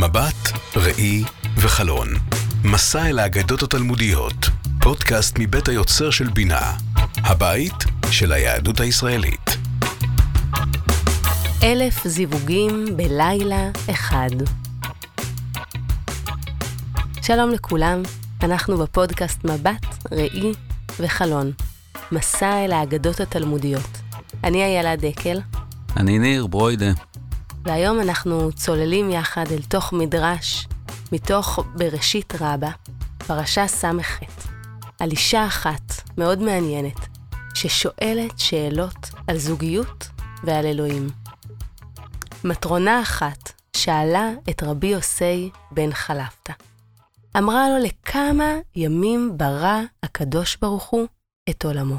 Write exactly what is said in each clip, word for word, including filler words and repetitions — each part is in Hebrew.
מבט, ראי וחלון. מסע אל האגדות התלמודיות. פודקאסט מבית היוצר של בינה. הבית של היהדות הישראלית. אלף זיווגים בלילה אחד. שלום לכולם, אנחנו בפודקאסט מבט, ראי וחלון. מסע אל האגדות התלמודיות. אני איילה דקל. אני ניר ברוידה. והיום אנחנו צוללים יחד אל תוך מדרש, מתוך בראשית רבה, פרשה סמ"ח, על אישה אחת מאוד מעניינת, ששואלת שאלות על זוגיות ועל אלוהים. מטרונה אחת שאלה את רבי יוסי בן חלפתא. אמרה לו לכמה ימים ברא הקדוש ברוך הוא את עולמו.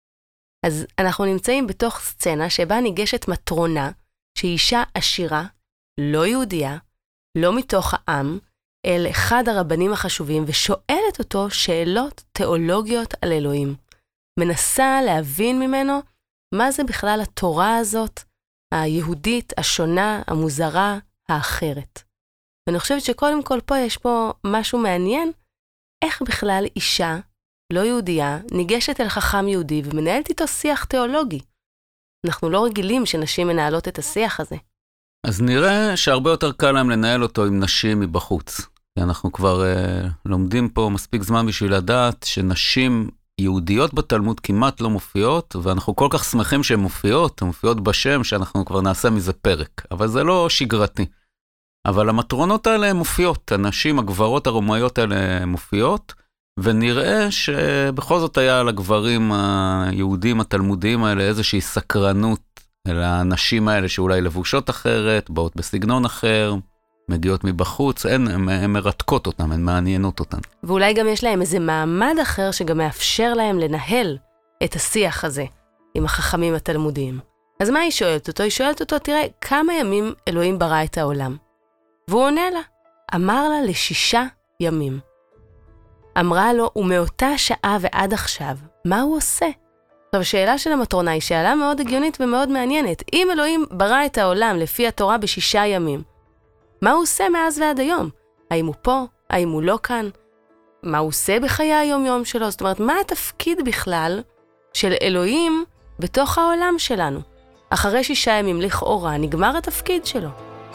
אז אנחנו נמצאים בתוך סצנה שבה ניגשת מטרונה, שהיא אישה עשירה, לא יהודייה, לא מתוך העם, אל אחד הרבנים החשובים, ושואלת אותו שאלות תיאולוגיות על אלוהים. מנסה להבין ממנו מה זה בכלל התורה הזאת, היהודית, השונה, המוזרה, האחרת. ואני חושבת שקודם כל פה יש פה משהו מעניין, איך בכלל אישה לא יהודייה ניגשת אל חכם יהודי ומנהלת איתו שיח תיאולוגי. אנחנו לא רגילים שנשים מנהלות את השיח הזה. אז נראה שהרבה יותר קל להם לנהל אותו עם נשים מבחוץ. אנחנו כבר אה, לומדים פה מספיק זמן בשביל לדעת שנשים יהודיות בתלמוד כמעט לא מופיעות, ואנחנו כל כך שמחים שהן מופיעות, הן מופיעות בשם שאנחנו כבר נעשה מזה פרק, אבל זה לא שגרתי. אבל המטרונות האלה הן מופיעות, הנשים, הגברות הרומאיות האלה מופיעות, ונראה שבכל זאת היה לגברים היהודים התלמודיים האלה איזושהי סקרנות אל הנשים האלה שאולי לבושות אחרת, באות בסגנון אחר, מגיעות מבחוץ, הן, הן מרתקות אותן, הן מעניינות אותן. ואולי גם יש להם איזה מעמד אחר שגם מאפשר להם לנהל את השיח הזה עם החכמים התלמודיים. אז מה היא שואלת אותו? היא שואלת אותו, תראה, כמה ימים אלוהים ברא את העולם? והוא עונה לה, אמר לה לשישה ימים. אמרה לו, ומאותה שעה ועד עכשיו, מה הוא עושה? עכשיו, השאלה של המטרונה היא שאלה מאוד הגיונית ומאוד מעניינת. אם אלוהים ברא את העולם לפי התורה בשישה ימים, מה הוא עושה מאז ועד היום? האם הוא פה? האם הוא לא כאן? מה הוא עושה בחיי היום-יום שלו? זאת אומרת, מה התפקיד בכלל של אלוהים בתוך העולם שלנו? אחרי שישה ימים לכאורה נגמר התפקיד שלו.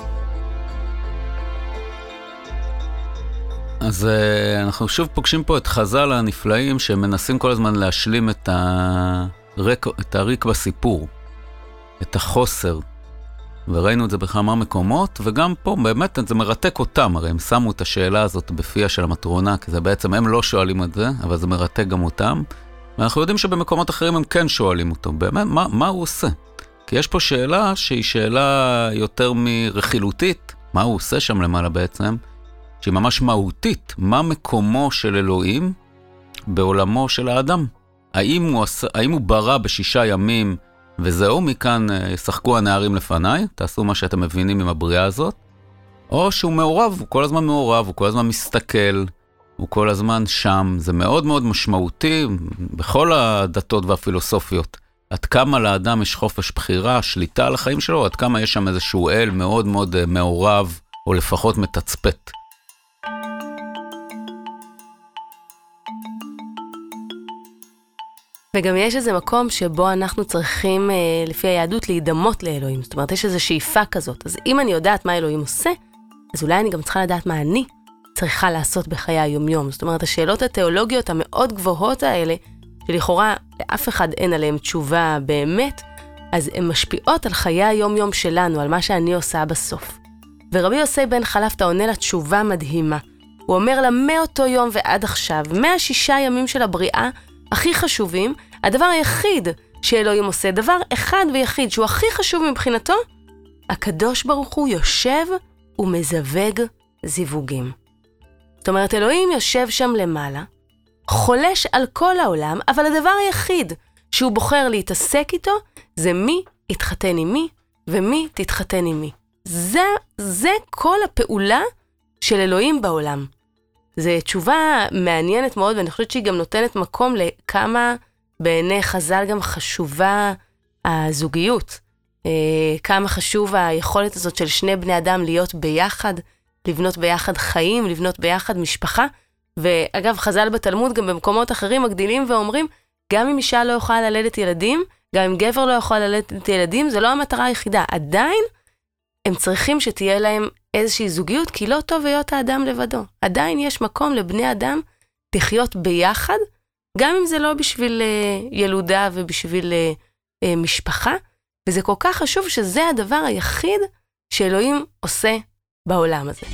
אז uh, אנחנו שוב פוגשים פה את חז"ל הנפלאים שמנסים כל הזמן להשלים את הריק, את הריק בסיפור, את החוסר. וראינו את זה בכמה מקומות, וגם פה באמת זה מרתק אותם, הרי הם שמו את השאלה הזאת בפיה של המטרונה, כי זה בעצם הם לא שואלים את זה, אבל זה מרתק גם אותם. ואנחנו יודעים שבמקומות אחרים הם כן שואלים אותו, באמת, מה, מה הוא עושה? כי יש פה שאלה שהיא שאלה יותר מרכילותית, מה הוא עושה שם למעלה בעצם? שהיא ממש מהותית, מה מקומו של אלוהים בעולמו של האדם? האם הוא, האם הוא ברא בשישה ימים, וזהו, מכאן ישחקו הנערים לפניי, תעשו מה שאתם מבינים עם הבריאה הזאת, או שהוא מעורב, הוא כל הזמן מעורב, הוא כל הזמן מסתכל, הוא כל הזמן שם, זה מאוד מאוד משמעותי בכל הדתות והפילוסופיות, עד כמה לאדם יש חופש בחירה, שליטה על החיים שלו, עד כמה יש שם איזשהו אל מאוד מאוד מעורב, או לפחות מתצפת. וגם יש איזה מקום שבו אנחנו צריכים, לפי היהדות, להידמות לאלוהים. זאת אומרת, יש איזו שאיפה כזאת. אז אם אני יודעת מה אלוהים עושה, אז אולי אני גם צריכה לדעת מה אני צריכה לעשות בחיי היום-יום. זאת אומרת, השאלות התיאולוגיות המאוד גבוהות האלה, שלכאורה לאף אחד אין עליהן תשובה באמת, אז הן משפיעות על חיי היום-יום שלנו, על מה שאני עושה בסוף. ורבי יוסי בן חלפתא עונה לה תשובה מדהימה. הוא אומר לה, מאותו יום ועד עכשיו, מהשישה ימים של הבריאה, הכי חשובים, הדבר היחיד שאלוהים עושה, דבר אחד ויחיד שהוא הכי חשוב מבחינתו, הקדוש ברוך הוא יושב ומזווג זיווגים. זאת אומרת, אלוהים יושב שם למעלה, חולש על כל העולם, אבל הדבר היחיד שהוא בוחר להתעסק איתו, זה מי יתחתן עם מי ומי תתחתן עם מי. זה, זה כל הפעולה של אלוהים בעולם. זו תשובה מעניינת מאוד, ואני חושבת שהיא גם נותנת מקום לכמה בעיני חז"ל גם חשובה הזוגיות. כמה חשוב היכולת הזאת של שני בני אדם להיות ביחד, לבנות ביחד חיים, לבנות ביחד משפחה. ואגב, חז"ל בתלמוד גם במקומות אחרים מגדילים ואומרים, גם אם אישה לא יכולה ללדת ילדים, גם אם גבר לא יכול ללדת ילדים, זה לא המטרה היחידה. עדיין הם צריכים שתהיה להם איזושהי זוגיות, כי לא טוב להיות האדם לבדו. עדיין יש מקום לבני אדם לחיות ביחד, גם אם זה לא בשביל uh, ילודה ובשביל uh, uh, משפחה, וזה כל כך חשוב שזה הדבר היחיד שאלוהים עושה בעולם הזה.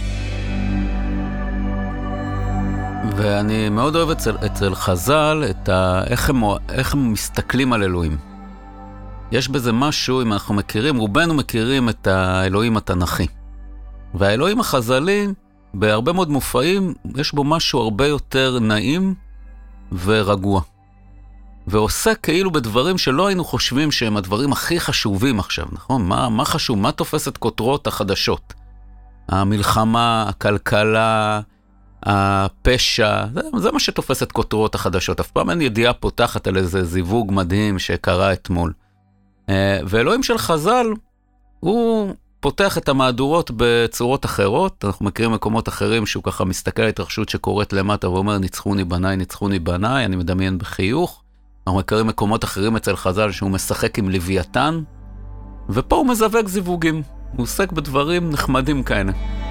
ואני מאוד אוהב אצל, אצל חז"ל את ה, איך, הם, איך הם מסתכלים על אלוהים. יש בזה משהו, אם אנחנו מכירים, רובנו מכירים את האלוהים התנ"כי. והאלוהים החז"לי, בהרבה מאוד מופעים, יש בו משהו הרבה יותר נעים ורגוע. ועושה כאילו בדברים שלא היינו חושבים שהם הדברים הכי חשובים עכשיו, נכון? מה, מה חשוב? מה תופס את כותרות החדשות? המלחמה, הכלכלה, הפשע, זה, זה מה שתופס את כותרות החדשות. אף פעם אין ידיעה פותחת על איזה זיווג מדהים שקרה אתמול. ואלוהים של חז"ל, הוא פותח את המהדורות בצורות אחרות. אנחנו מכירים מקומות אחרים שהוא ככה מסתכל על התרחשות שקורית למטה ואומר, ניצחוני בניי, ניצחוני בניי, אני מדמיין בחיוך. אנחנו מכירים מקומות אחרים אצל חז"ל שהוא משחק עם לוויתן, ופה הוא מזווק זיווגים. הוא עוסק בדברים נחמדים כאלה.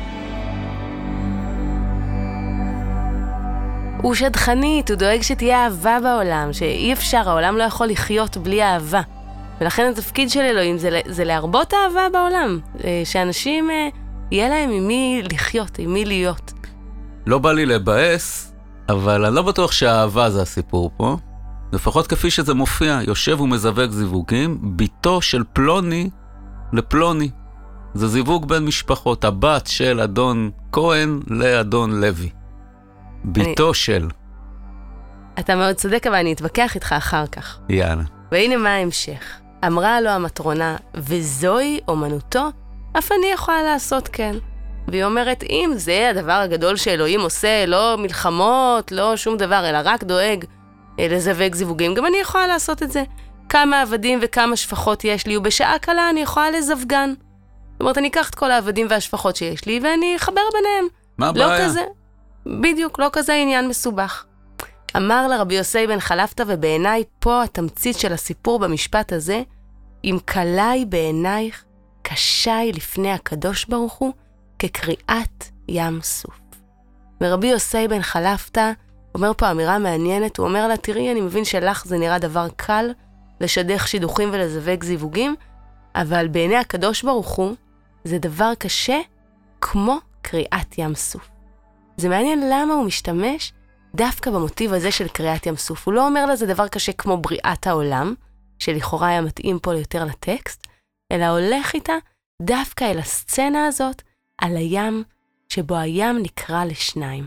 הוא שדכנית, הוא דואג שתהיה אהבה בעולם, שאי אפשר, העולם לא יכול לחיות בלי אהבה. ולכן התפקיד של אלוהים זה, זה להרבות אהבה בעולם, שאנשים יהיה להם עם מי לחיות, עם מי להיות. לא בא לי לבאס, אבל אני לא בטוח שהאהבה זה הסיפור פה. לפחות כפי שזה מופיע, יושב ומזווק זיווגים, ביתו של פלוני לפלוני. זה זיווג בין משפחות, הבת של אדון כהן לאדון לוי. ביתו אני... של. אתה מאוד צודק, אבל אני אתווכח איתך אחר כך. יאללה. והנה מה ההמשך. אמרה לו המטרונה, וזוהי אומנותו, אף אני יכולה לעשות כן. והיא אומרת, אם זה הדבר הגדול שאלוהים עושה, לא מלחמות, לא שום דבר, אלא רק דואג לזווק זיווגים, גם אני יכולה לעשות את זה. כמה עבדים וכמה שפחות יש לי, ובשעה קלה אני יכולה לזווגן. זאת אומרת, אני אקח את כל העבדים והשפחות שיש לי, ואני אחבר ביניהם. מה הבעיה? לא כזה, בדיוק, לא כזה עניין מסובך. אמר לרבי יוסי בן חלפתא, ובעיניי פה התמצית של הסיפור במשפט הזה, אם קלעי בעינייך, קשי לפני הקדוש ברוך הוא, כקריאת ים סוף. ורבי יוסי בן חלפתא אומר פה אמירה מעניינת, הוא אומר לה, תראי, אני מבין שלך זה נראה דבר קל, לשדך שידוכים ולזווק זיווגים, אבל בעיני הקדוש ברוך הוא, זה דבר קשה, כמו קריאת ים סוף. זה מעניין למה הוא משתמש דווקא במוטיב הזה של קריאת ים סוף. הוא לא אומר לה זה דבר קשה כמו בריאת העולם, שלכאורה היה מתאים פה יותר לטקסט, אלא הולך איתה דווקא אל הסצנה הזאת, על הים, שבו הים נקרא לשניים.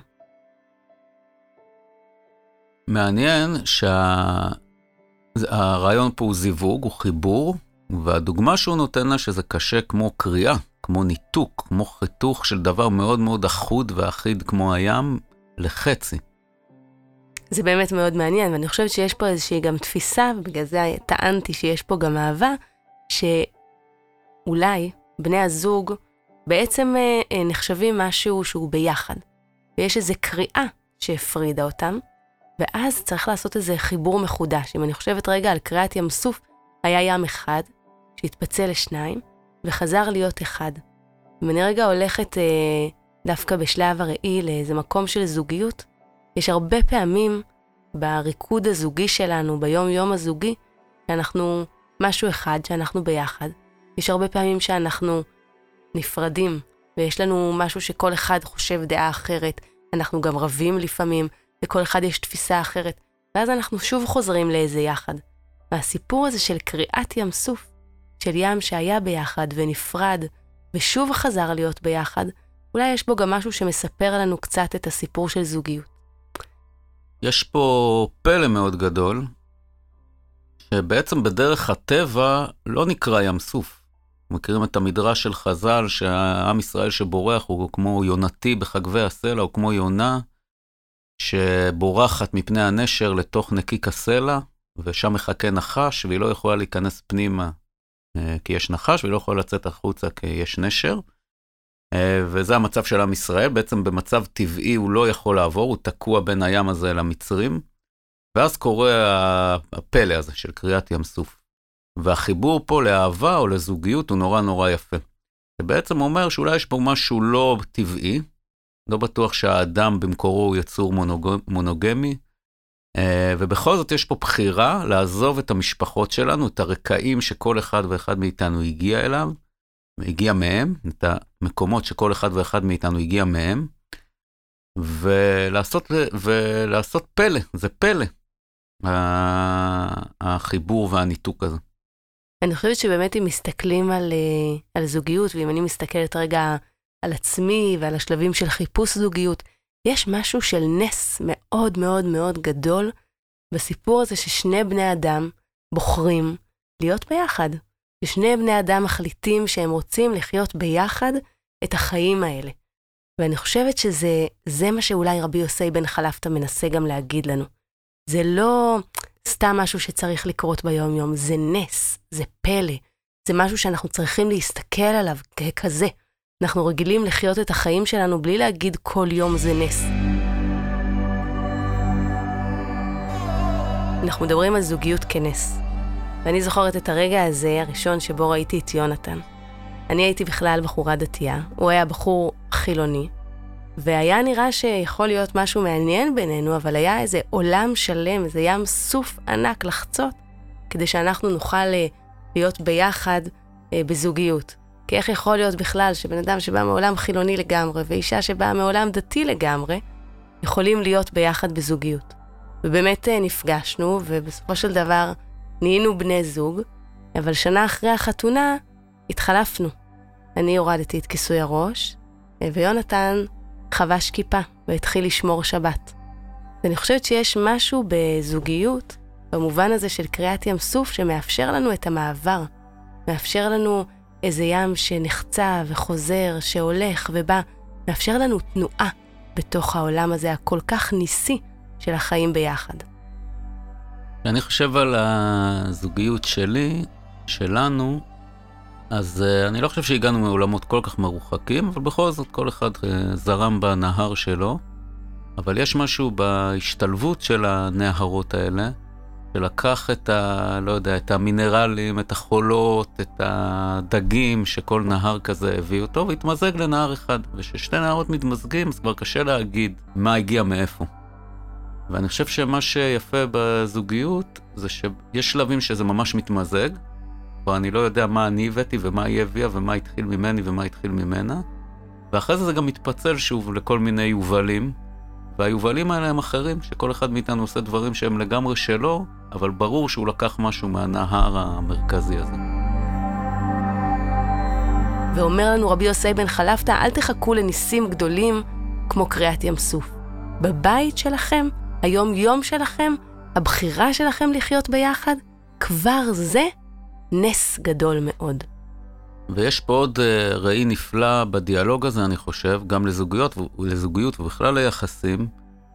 מעניין שהרעיון פה הוא זיווג, הוא חיבור, והדוגמה שהוא נותן לה שזה קשה כמו קריאה, כמו ניתוק, כמו חיתוך של דבר מאוד מאוד אחוד ואחיד כמו הים לחצי. זה באמת מאוד מעניין, ואני חושבת שיש פה איזושהי גם תפיסה, ובגלל זה טענתי שיש פה גם אהבה, שאולי בני הזוג בעצם נחשבים משהו שהוא ביחד, ויש איזו קריאה שהפרידה אותם, ואז צריך לעשות איזה חיבור מחודש. אם אני חושבת רגע על קריאת ים סוף, היה ים אחד שהתפצל לשניים, וחזר להיות אחד. אם אני רגע הולכת אה, דווקא בשלב הראי לאיזה מקום של זוגיות, יש הרבה פעמים בריקוד הזוגי שלנו, ביום יום הזוגי, שאנחנו משהו אחד, שאנחנו ביחד. יש הרבה פעמים שאנחנו נפרדים, ויש לנו משהו שכל אחד חושב דעה אחרת. אנחנו גם רבים לפעמים, לכל אחד יש תפיסה אחרת, ואז אנחנו שוב חוזרים לאיזה יחד. והסיפור הזה של קריאת ים סוף, של ים שהיה ביחד ונפרד, ושוב חזר להיות ביחד, אולי יש בו גם משהו שמספר לנו קצת את הסיפור של זוגיות. יש פה פלא מאוד גדול, שבעצם בדרך הטבע לא נקרא ים סוף. מכירים את המדרש של חז"ל, שהעם ישראל שבורח הוא כמו יונתי בחגבי הסלע, או כמו יונה שבורחת מפני הנשר לתוך נקיק הסלע, ושם מחכה נחש, והיא לא יכולה להיכנס פנימה כי יש נחש, והיא לא יכולה לצאת החוצה כי יש נשר. וזה המצב של עם ישראל, בעצם במצב טבעי הוא לא יכול לעבור, הוא תקוע בין הים הזה למצרים, ואז קורה הפלא הזה של קריאת ים סוף. והחיבור פה לאהבה או לזוגיות הוא נורא נורא יפה. זה בעצם אומר שאולי יש פה משהו לא טבעי, לא בטוח שהאדם במקורו הוא יצור מונוגמי, ובכל זאת יש פה בחירה לעזוב את המשפחות שלנו, את הרקעים שכל אחד ואחד מאיתנו הגיע אליו, הגיע מהם, את המקומות שכל אחד ואחד מאיתנו הגיע מהם, ולעשות, ולעשות פלא, זה פלא, החיבור והניתוק הזה. אני חושבת שבאמת אם מסתכלים על, על זוגיות, ואם אני מסתכלת רגע על עצמי ועל השלבים של חיפוש זוגיות, יש משהו של נס מאוד מאוד מאוד גדול בסיפור הזה ששני בני אדם בוחרים להיות ביחד. ששני בני אדם מחליטים שהם רוצים לחיות ביחד את החיים האלה. ואני חושבת שזה זה מה שאולי רבי יוסי בן חלפתא מנסה גם להגיד לנו. זה לא סתם משהו שצריך לקרות ביום יום, זה נס, זה פלא. זה משהו שאנחנו צריכים להסתכל עליו ככזה. אנחנו רגילים לחיות את החיים שלנו בלי להגיד כל יום זה נס. אנחנו מדברים על זוגיות כנס. ואני זוכרת את הרגע הזה, הראשון שבו ראיתי את יונתן. אני הייתי בכלל בחורה דתייה, הוא היה בחור חילוני, והיה נראה שיכול להיות משהו מעניין בינינו, אבל היה איזה עולם שלם, איזה ים סוף ענק לחצות, כדי שאנחנו נוכל להיות ביחד בזוגיות. כי איך יכול להיות בכלל שבן אדם שבא מעולם חילוני לגמרי, ואישה שבאה מעולם דתי לגמרי, יכולים להיות ביחד בזוגיות. ובאמת נפגשנו, ובסופו של דבר נהיינו בני זוג, אבל שנה אחרי החתונה התחלפנו. אני הורדתי את כיסוי הראש, ויונתן חבש כיפה והתחיל לשמור שבת. ואני חושבת שיש משהו בזוגיות, במובן הזה של קריאת ים סוף, שמאפשר לנו את המעבר. מאפשר לנו איזה ים שנחצה וחוזר, שהולך ובא. מאפשר לנו תנועה בתוך העולם הזה הכל כך ניסי של החיים ביחד. אני חושב על הזוגיות שלי, שלנו, אז uh, אני לא חושב שהגענו מעולמות כל כך מרוחקים, אבל בכל זאת כל אחד uh, זרם בנהר שלו, אבל יש משהו בהשתלבות של הנהרות האלה, שלקח את ה, לא יודע, את המינרלים, את החולות, את הדגים שכל נהר כזה הביא אותו, והתמזג לנהר אחד, וששתי נהרות מתמזגים, אז כבר קשה להגיד מה הגיע מאיפה. ואני חושב שמה שיפה בזוגיות, זה שיש שלבים שזה ממש מתמזג, ואני לא יודע מה אני הבאתי ומה היא הביאה ומה התחיל ממני ומה התחיל ממנה, ואחרי זה זה גם מתפצל שוב לכל מיני יובלים, והיובלים האלה הם אחרים, שכל אחד מאיתנו עושה דברים שהם לגמרי שלו, אבל ברור שהוא לקח משהו מהנהר המרכזי הזה. ואומר לנו רבי יוסי בן חלפתא, אל תחכו לניסים גדולים כמו קריאת ים סוף. בבית שלכם, היום יום שלכם, הבחירה שלכם לחיות ביחד, כבר זה נס גדול מאוד. ויש פה עוד uh, ראי נפלא בדיאלוג הזה, אני חושב, גם לזוגיות, לזוגיות ובכלל ליחסים,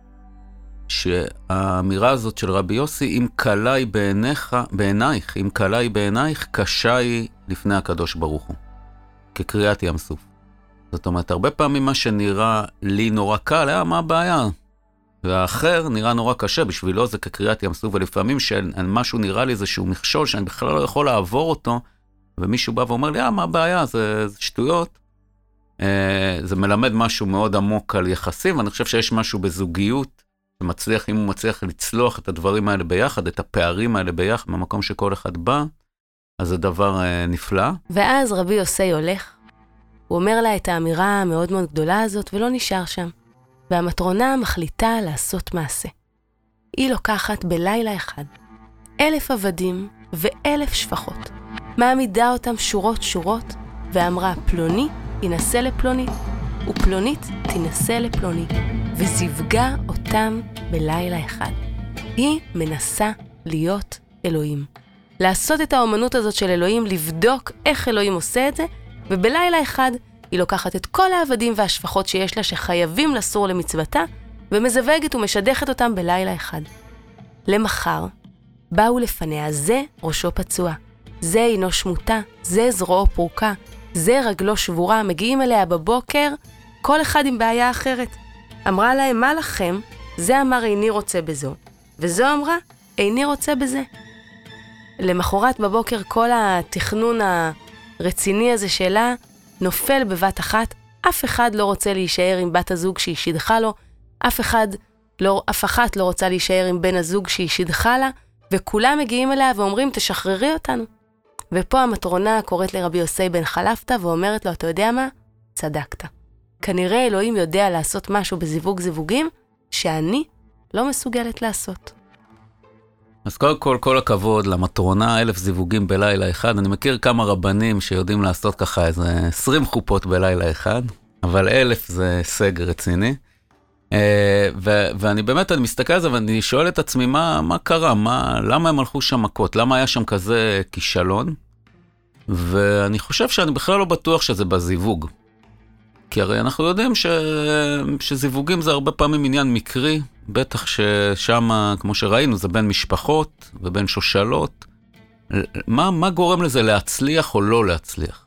שהאמירה הזאת של רבי יוסי, אם קלה היא בעיניך, בעינייך, אם קלה היא בעינייך, קשה היא לפני הקדוש ברוך הוא, כקריאת ים סוף. זאת אומרת, הרבה פעמים מה שנראה לי נורא קל, היה מה הבעיה? והאחר נראה נורא קשה, בשבילו זה כקריאת ים סוף, ולפעמים שמשהו נראה לי איזשהו מכשול, שאני בכלל לא יכול לעבור אותו, ומישהו בא ואומר לי, אה, מה הבעיה? זה, זה שטויות. אה, זה מלמד משהו מאוד עמוק על יחסים, ואני חושב שיש משהו בזוגיות, שמצליח, אם הוא מצליח לצלוח את הדברים האלה ביחד, את הפערים האלה ביחד, במקום שכל אחד בא, אז זה דבר אה, נפלא. ואז רבי יוסי הולך, הוא אומר לה את האמירה המאוד מאוד גדולה הזאת, ולא נשאר שם. והמטרונה מחליטה לעשות מעשה. היא לוקחת בלילה אחד, אלף עבדים ואלף שפחות, מעמידה אותם שורות שורות, ואמרה, פלוני ינסה לפלונית, ופלונית תנסה לפלוני, וזיווגה אותם בלילה אחד. היא מנסה להיות אלוהים. לעשות את האומנות הזאת של אלוהים, לבדוק איך אלוהים עושה את זה, ובלילה אחד היא לוקחת את כל העבדים והשפחות שיש לה שחייבים לסור למצוותה, ומזווגת ומשדכת אותם בלילה אחד. למחר באו לפניה, זה ראשו פצוע, זה אינו שמותה, זה זרועו פרוקה, זה רגלו שבורה, מגיעים אליה בבוקר, כל אחד עם בעיה אחרת. אמרה להם, מה לכם? זה אמר, איני רוצה בזו. וזו אמרה, איני רוצה בזה. למחרת בבוקר כל התכנון הרציני הזה שלה נופל בבת אחת. אף אחד לא רוצה להישאר עם בת הזוג שהיא שידחה לו, אף אחד לא, אף אחת לא רוצה להישאר עם בן הזוג שהיא שידחה לה, וכולם מגיעים אליה ואומרים, תשחררי אותנו. ופה המטרונה קוראת לרבי יוסי בן חלפתא ואומרת לו, אתה יודע מה? צדקת. כנראה אלוהים יודע לעשות משהו בזיווג זיווגים שאני לא מסוגלת לעשות. אז קודם כל, כל הכבוד למטרונה, אלף זיווגים בלילה אחד. אני מכיר כמה רבנים שיודעים לעשות ככה איזה עשרים חופות בלילה אחד, אבל אלף זה הישג רציני. ו- ואני באמת, אני מסתכל על זה ואני שואל את עצמי, מה, מה קרה? מה, למה הם הלכו שם מכות? למה היה שם כזה כישלון? ואני חושב שאני בכלל לא בטוח שזה בזיווג. כי הרי אנחנו יודעים ש... שזיווגים זה הרבה פעמים עניין מקרי, בטח ששם, כמו שראינו, זה בין משפחות ובין שושלות. מה, מה גורם לזה להצליח או לא להצליח?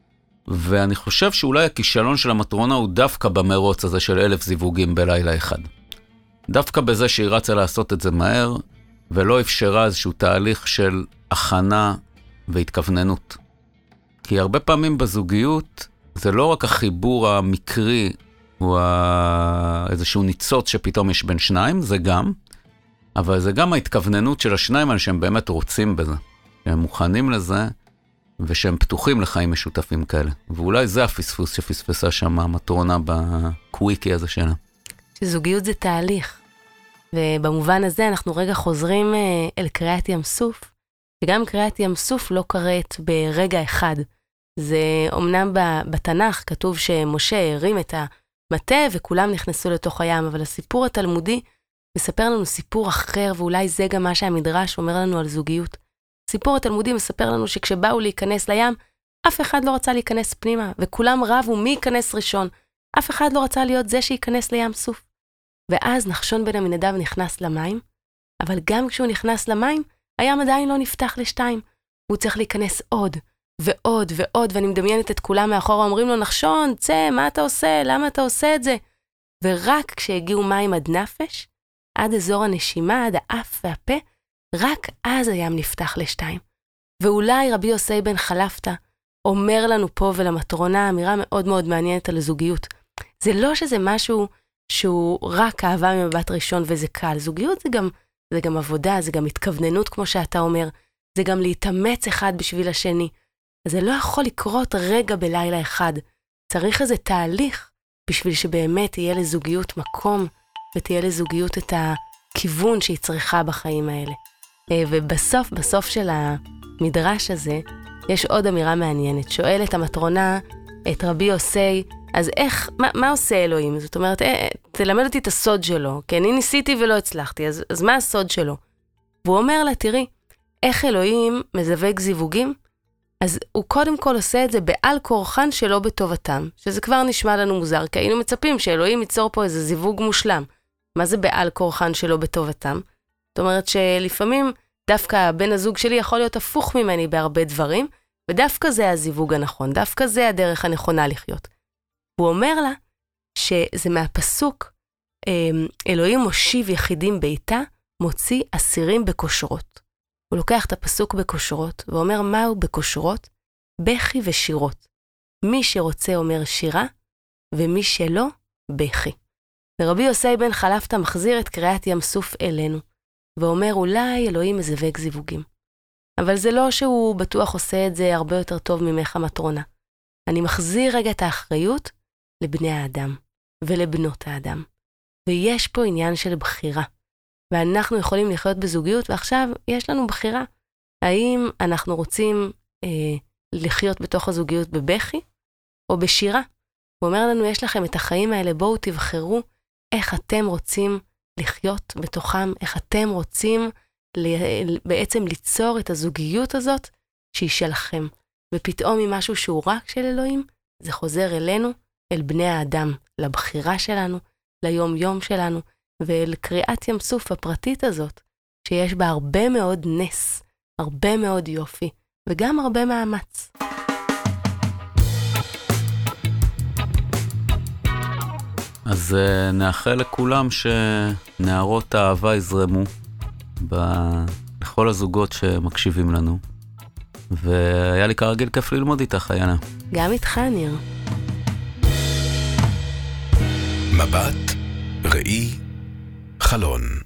ואני חושב שאולי הכישלון של המטרונה הוא דווקא במרוץ הזה של אלף זיווגים בלילה אחד. דווקא בזה שהיא רצה לעשות את זה מהר, ולא אפשרה איזשהו תהליך של הכנה והתכווננות. כי הרבה פעמים בזוגיות, זה לא רק החיבור המקרי, הוא איזשהו ניצוץ שפתאום יש בין שניים, זה גם, אבל זה גם ההתכווננות של השניים על שהם באמת רוצים בזה, שהם מוכנים לזה, ושהם פתוחים לחיים משותפים כאלה. ואולי זה הפספוס שפספסה שם המטרונה בקוויקי הזה שלה. שזוגיות זה תהליך, ובמובן הזה אנחנו רגע חוזרים אל קריאת ים סוף, וגם קריאת ים סוף לא קראת ברגע אחד. זה אומנם בתנ"ך כתוב שמשה הרים את המטה וכולם נכנסו לתוך הים, אבל הסיפור התלמודי מספר לנו סיפור אחר, ואולי זה גם מה שהמדרש אומר לנו על זוגיות. סיפור התלמודי מספר לנו שכשבאו להיכנס לים, אף אחד לא רצה להיכנס פנימה, וכולם רבו מי ייכנס ראשון. אף אחד לא רצה להיות זה שייכנס לים סוף. ואז נחשון בן עמינדב נכנס למים, אבל גם כשהוא נכנס למים, הים עדיין לא נפתח לשתיים. הוא צריך להיכנס עוד ועוד ועוד, ואני מדמיינת את כולם מאחורה, אומרים לו, נחשון, צא, מה אתה עושה? למה אתה עושה את זה? ורק כשהגיעו מים עד נפש, עד אזור הנשימה, עד האף והפה, רק אז הים נפתח לשתיים. ואולי רבי יוסי בן חלפתא אומר לנו פה ולמטרונה אמירה מאוד מאוד מעניינת על זוגיות. זה לא שזה משהו שהוא רק אהבה ממבט ראשון וזה קל. זוגיות זה גם, זה גם עבודה, זה גם התכווננות כמו שאתה אומר, זה גם להתאמץ אחד בשביל השני. זה לא יכול לקרות רגע בלילה אחד. צריך איזה תהליך בשביל שבאמת תהיה לזוגיות מקום, ותהיה לזוגיות את הכיוון שהיא צריכה בחיים האלה. ובסוף, בסוף של המדרש הזה, יש עוד אמירה מעניינת. שואלת המטרונה את רבי יוסי, אז איך, מה, מה עושה אלוהים? זאת אומרת, אה, תלמד אותי את הסוד שלו, כי אני ניסיתי ולא הצלחתי, אז, אז מה הסוד שלו? והוא אומר לה, תראי, איך אלוהים מזווג זיווגים? אז הוא קודם כל עושה את זה בעל כורחן שלא בטובתם, שזה כבר נשמע לנו מוזר, כי היינו מצפים שאלוהים ייצור פה איזה זיווג מושלם. מה זה בעל כורחן שלא בטובתם? זאת אומרת שלפעמים דווקא בן הזוג שלי יכול להיות הפוך ממני בהרבה דברים, ודווקא זה הזיווג הנכון, דווקא זה הדרך הנכונה לחיות. הוא אומר לה שזה מהפסוק, אלוהים מושיב יחידים ביתה, מוציא אסירים בכושרות. הוא לוקח את הפסוק בכושרות, ואומר מהו בכושרות? בכי ושירות. מי שרוצה אומר שירה, ומי שלא, בכי. ורבי יוסי בן חלפתא מחזיר את קריאת ים סוף אלינו, ואומר אולי אלוהים מזווג זיווגים. אבל זה לא שהוא בטוח עושה את זה הרבה יותר טוב ממך המטרונה. אני מחזיר רגע את האחריות לבני האדם ולבנות האדם. ויש פה עניין של בחירה. ואנחנו יכולים לחיות בזוגיות, ועכשיו יש לנו בחירה. האם אנחנו רוצים אה, לחיות בתוך הזוגיות בבכי או בשירה? הוא אומר לנו, יש לכם את החיים האלה, בואו תבחרו איך אתם רוצים לחיות בתוכם, איך אתם רוצים בעצם ליצור את הזוגיות הזאת שהיא שלכם. ופתאום ממשהו שהוא רק של אלוהים, זה חוזר אלינו, אל בני האדם, לבחירה שלנו, ליום יום שלנו, ואל קריאת ים סוף הפרטית הזאת, שיש בה הרבה מאוד נס, הרבה מאוד יופי, וגם הרבה מאמץ. אז uh, נאחל לכולם שנערות האהבה יזרמו ב- לכל הזוגות שמקשיבים לנו. והיה לי כרגיל כיף ללמוד איתך, איילה. גם איתך, ניר. מבט, ראי, חלון.